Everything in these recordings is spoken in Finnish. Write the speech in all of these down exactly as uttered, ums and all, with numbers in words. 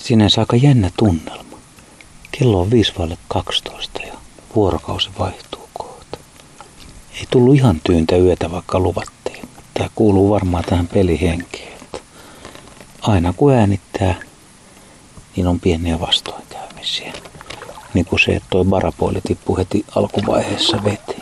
Sinänsä aika jännä tunnelma. Kello on viisi vaille kaksitoista ja vuorokausi vaihtuu kohta. Ei tullut ihan tyyntä yötä, vaikka luvattiin. Tämä kuuluu varmaan tähän pelihenkeen, että aina kun äänittää, niin on pieniä vastoinkäymisiä. Niin kuin se, että toi barapoili tippui heti alkuvaiheessa veteen.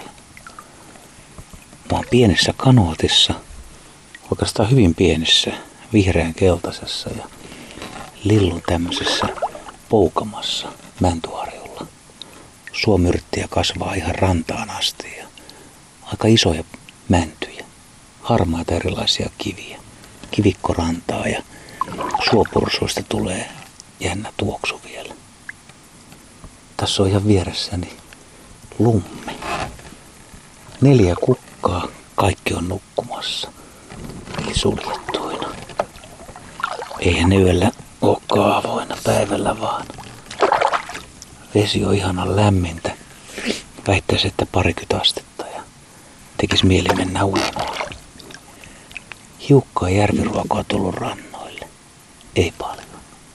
Mä oon pienessä kanootissa, oikeastaan hyvin pienessä, vihreän keltaisessa ja lillun tämmöisessä poukamassa mäntyharjulla. Suomyrttiä kasvaa ihan rantaan asti ja aika isoja mäntyjä, harmaita erilaisia kiviä, kivikkorantaa ja suopursuista tulee jännä tuoksu vielä. Tässä on ihan vieressäni lumme. Neljä kukkaa, kaikki on nukkumassa, eli suljettuina. Eihän ne yöllä olekaan avoinna päivällä vaan. Vesi on ihanan lämmintä. Väittäisi, että parikymmentä astetta ja tekisi mieli mennä uimaan. Hiukkaa järviruokaa tullut rannoille. Ei paljon.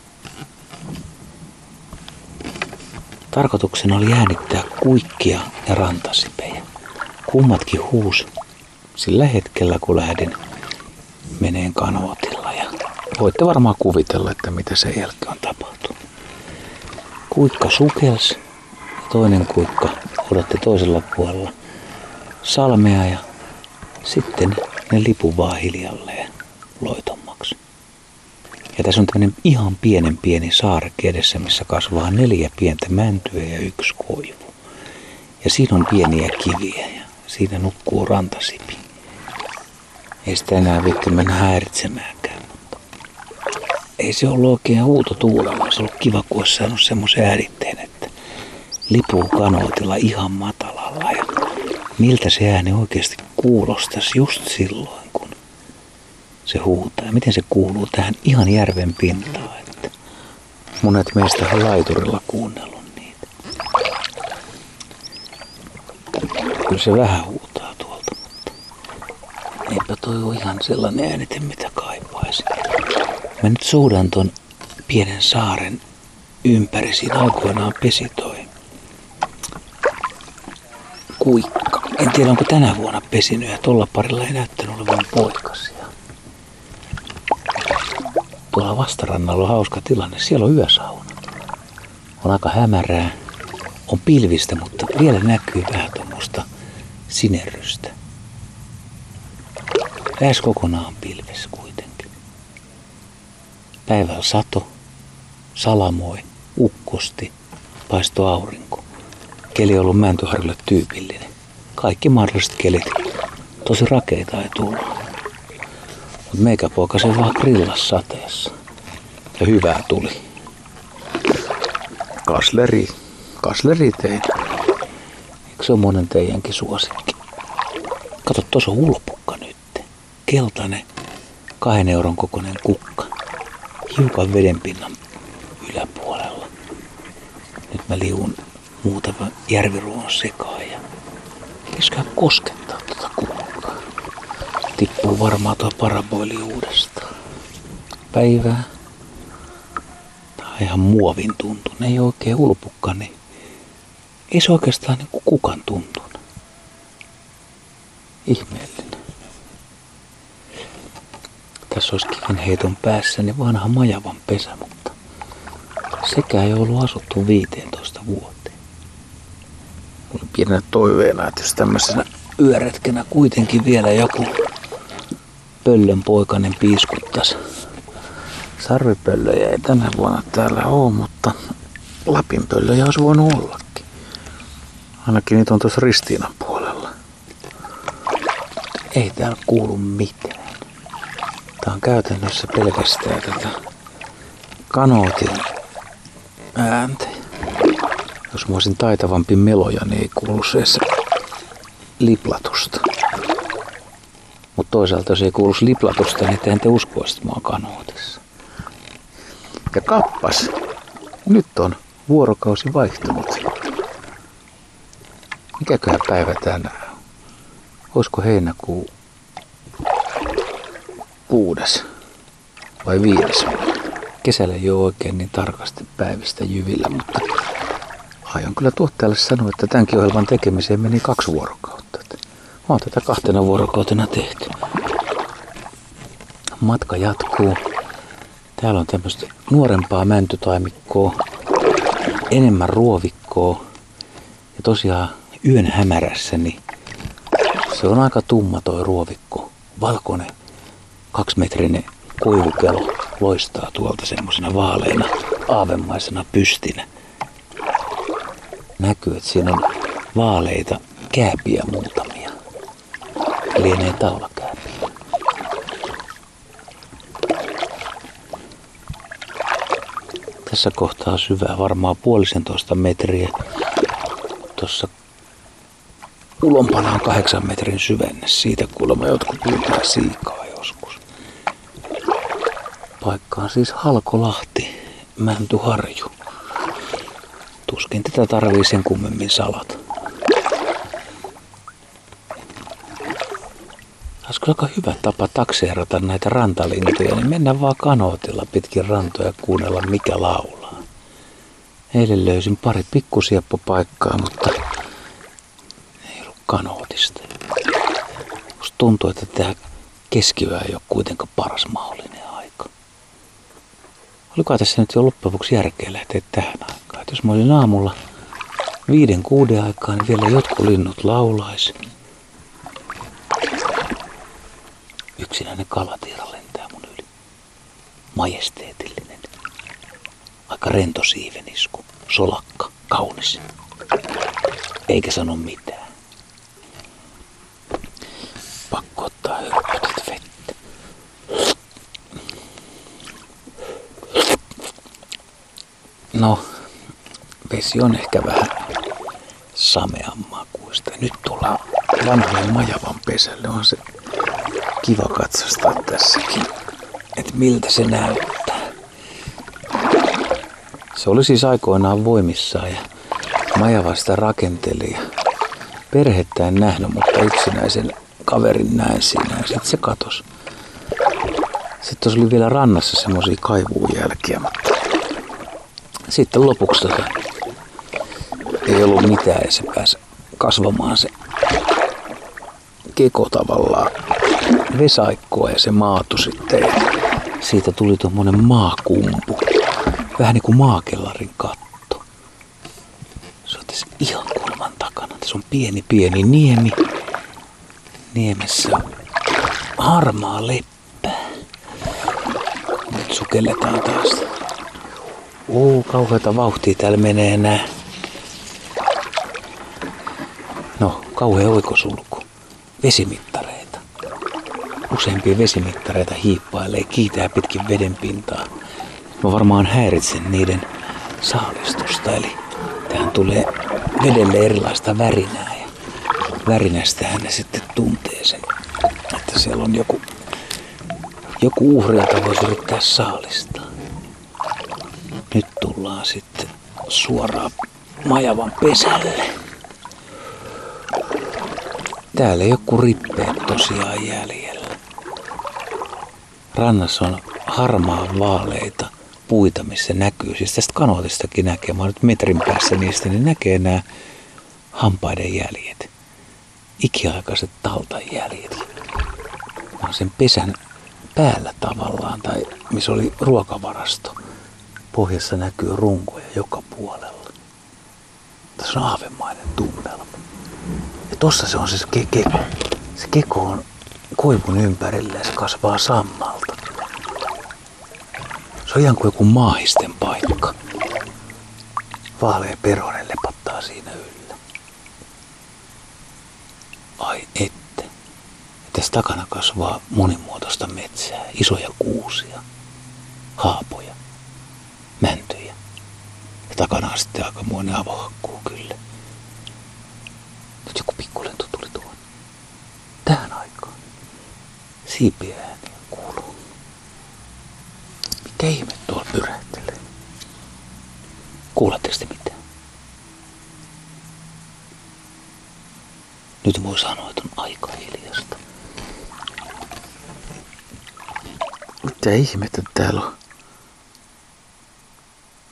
Tarkoituksena oli äänittää kuikkia ja rantasipejä. Kummatkin huusi sillä hetkellä, kun lähdin meneen kanootilla. Ja voitte varmaan kuvitella, että mitä sen jälkeen on tapahtunut. Kuikka sukelsi ja toinen kuikka odotti toisella puolella salmea ja sitten ne lipu vaan hiljalleen loitommaksi. Ja tässä on tämmöinen ihan pienen pieni saareke edessä, missä kasvaa neljä pientä mäntyä ja yksi koivu. Ja siinä on pieniä kiviä ja siinä nukkuu rantasipi. Ei sitä enää viitti mennä häiritsemäänkään, mutta ei se ollut oikein huuto tuulella. Olisi ollut kiva, kun olisi saanut semmoisen äänitteen, että lipuu kanootilla ihan matalalla. Ja miltä se ääni oikeasti kuulostaisi just silloin, kun se huutaa. Ja miten se kuuluu tähän ihan järven pintaan, että monet meistä on laiturilla kuunnellut niitä. Kyllä se vähän huutaa tuolta, mutta eipä toi ole ihan sellainen äänite, mitä kaipaisin. Mä nyt soudan ton pienen saaren ympäri. Siinä aikoinaan pesi toi kuikka. En tiedä, onko tänä vuonna pesinyt ja tolla parilla ei näyttänyt olevan poikasia. Tuolla vastarannalla on hauska tilanne. Siellä on yösauna. On aika hämärää. On pilvistä, mutta vielä näkyy vähän tuommoista sinerrystä. Lähes kokonaan pilvessä kuitenkin. Päivällä sato, salamoi, ukkosti, paistoi aurinko. Keli on ollut Mäntyharjulle tyypillinen. Kaikki mahdolliset kelit. Tosi rakeita ei tullut. Mutta meikäpoika se vaan grillas sateessa. Ja hyvää tuli. Kasleri. Kasleri tein. Eikö se ole monen teidänkin suosikki? Kato, tuossa on ulpukka nyt. Keltainen, kahden euron kokoinen kukka. Hiukan vedenpinnan yläpuolella. Nyt mä liuun muutaman järviruon sekaan ja pitäisikö koskettaa tuota kukkaa. Tippuu varmaan tuo paraboili uudestaan. Päivää. Tää on ihan muovin tuntun. Ei oikein ulpukka, niin ei se oikeastaan niin kuin kukan tuntun. Ihmeellinen. Tässä olisi kivenheiton päässä niin vanha majavan pesä, mutta sekään ei ollut asuttu viisitoista vuoteen. Mulla pienenä toiveena, että jos tämmöisenä yöretkenä kuitenkin vielä joku pöllönpoikainen piiskuttaisi. Sarvipöllöjä ei tänä vuonna täällä ole, mutta lapinpöllöjä olisi voinut ollakin. Ainakin niitä on tuossa Ristiinan puolella. Ei täällä kuulu mitään. Tää on käytännössä pelkästään tätä kanootin ääntä. Jos mä olisin taitavampi meloja, niin ei kuulu se edes liplatusta. Mutta toisaalta jos ei kuuluisi liplatusta, niin te ette uskoisi, että mä oon kanootissa. Ja kappas, nyt on vuorokausi vaihtunut. Mikäköhän päivä tänään on? Olisiko heinäkuu kuudes vai viides? kesällä ei ole oikein niin tarkasti päivistä jyvillä, mutta aion kyllä tuottajalle sanoa, että tämänkin ohjelman tekemiseen meni kaksi vuorokautta. Mä oon tätä kahtena vuorokautena tehty. Matka jatkuu. Täällä on tämmöistä nuorempaa mäntytaimikkoa, enemmän ruovikkoa ja tosiaan yön hämärässä niin se on aika tumma toi ruovikko. Valkoinen kaksimetrinen koivukelo loistaa tuolta semmosena vaaleina aavemaisena pystinä. Näkyy, että siinä on vaaleita kääpiä muutamia. Lienee taulakääpiä. Tässä kohtaa syvää varmaan puolisentoista metriä. Tuossa ulompana on kahdeksan metrin syvenne. Siitä kuulemma jotkut pyytää siikaa joskus. Paikka on siis Halkolahti, Mäntyharju. Tuskin tätä tarvii sen kummemmin salata. Olisiko aika hyvä tapa takseerata näitä rantalintuja, niin mennä vaan kanootilla pitkin rantoja ja kuunnella mikä laulaa. Eilen löysin pari pikkusieppopaikkaa, mutta ei ollut kanootista. Musta tuntuu, että tämä keskiyö ei ole kuitenkaan paras mahdollinen aika. Oliko tässä nyt jo loppujen lopuksi järkeä lähteä tähän aikaan? Että jos mä olin aamulla viiden kuuden aikaan, niin vielä jotkut linnut laulaisi. Yksinäinen kalatiira lentää mun yli. Majesteetillinen. Aika rento siivenisku. Solakka. Kaunis. Eikä sano mitään. Pakko ottaa hörpötet vettä. No, vesi on ehkä vähän samean makuista. Nyt tullaan vanhalle Majavan pesälle. On se kiva katsostaa tässäkin, että miltä se näyttää. Se oli siis aikoinaan voimissaan ja Majava sitä rakenteli. Perhettä en nähnyt, mutta yksinäisen kaverin näin siinä ja sitten se katosi. Sitten tuossa oli vielä rannassa semmosia kaivuujälkiä, mutta sitten lopuksi tota ei ollut mitään ja se pääsi kasvamaan se keko tavallaan vesaikkoa ja se maatu sitten. Siitä tuli tuommoinen maakumpu. Vähän niin kuin maakellarin katto. Se on tässä ihan kulman takana. Tässä on pieni pieni niemi. Niemessä on harmaa leppää. Nyt sukelletaan taas. Oo, kauheata vauhtia täällä menee nää. No, kauhea oikosulku. Vesimittareita. Useampia vesimittareita hiippailee, kiitää pitkin veden pintaa. Mä varmaan häiritsen niiden saalistusta, eli tähän tulee vedelle erilaista värinää ja värinästähän ne sitten tuntee sen, että siellä on joku, joku uhri, jota voisi yrittää saalistaa. Nyt tullaan sitten suoraan Majavan pesälle. Täällä ei ole kuin rippeet tosiaan jäljellä. Rannassa on harmaa vaaleita puita, missä näkyy. Siis tästä kanootistakin näkee. Mä oon nyt metrin päässä niistä, niin näkee nämä hampaiden jäljet. Ikiaikaiset taltan jäljet. Mä oon sen pesän päällä tavallaan, tai missä oli ruokavarasto. Pohjassa näkyy runkoja joka puolella. Tässä on aavemainen tunnelma. Ja tossa se on se ke- keko. Se keko on koivun ympärillä ja se kasvaa sammalta. Se on ihan kuin joku maahisten paikka. Vaalea peronen lepattaa siinä yllä. Ai että. Tässä takana kasvaa monimuotoista metsää. Isoja kuusia. Haapoja. Mäntyjä. Ja takana on sitten aikamoinen avohakkuu kyllä. Nyt joku pikkulentu tuli tuonne. Tähän aikaan. Siipien ääniä kuuluu. Mitä ihme tuolla pyrähtelee? Kuuletteko te mitään? Nyt voi sanoa, että on aika hiljasta. Mitä ihmettä täällä on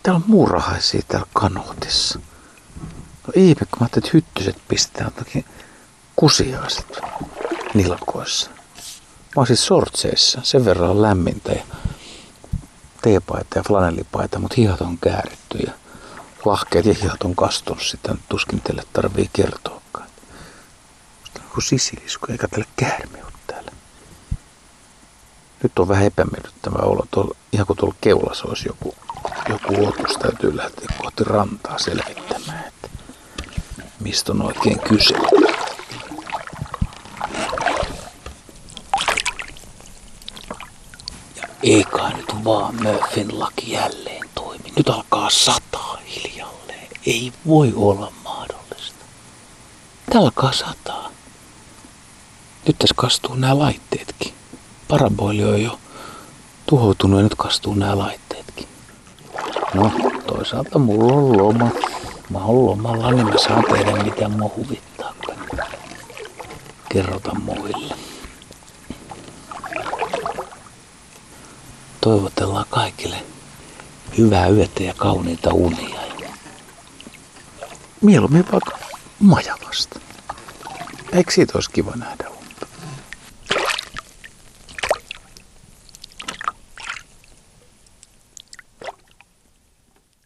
täällä on muurahaisia täällä kanootissa. No ihme, kun mä ajattelin, että hyttyset pistää jotakin kusiaiset nilkoissa. Mä oon siis sortseissa, sen verran on lämmintä ja teepaita ja flanellipaita, mutta hihat on kääritty ja lahkeet ja hihat on kastunut. Sitä tuskin teille tarvii kertoakaan. Musta on joku sisilisku, eikä tälle käärme ole täällä. Nyt on vähän epämiellyttävä olo. Tuolla, ihan kuin tuolla keulassa olisi joku, joku otus. Täytyy lähteä kohti rantaa selvittämään, että mistä on oikein kyse. Ja eikä nyt vaan Murphyn laki jälleen toimi. Nyt alkaa sataa hiljalleen. Ei voi olla mahdollista. Nyt alkaa sataa. Nyt tässä kastuu nämä laitteetkin. Paraboili on jo tuhoutunut ja nyt kastuu nämä laitteetkin. No, toisaalta mulla on loma. Mä oon lomalla, niin mä saan tehdä mitä mua huvittaa. Kerrota muille. Toivotellaan kaikille hyvää yötä ja kauniita unia. Mieluummin vaikka Majalasta. Eikö siitä olisi kiva nähdä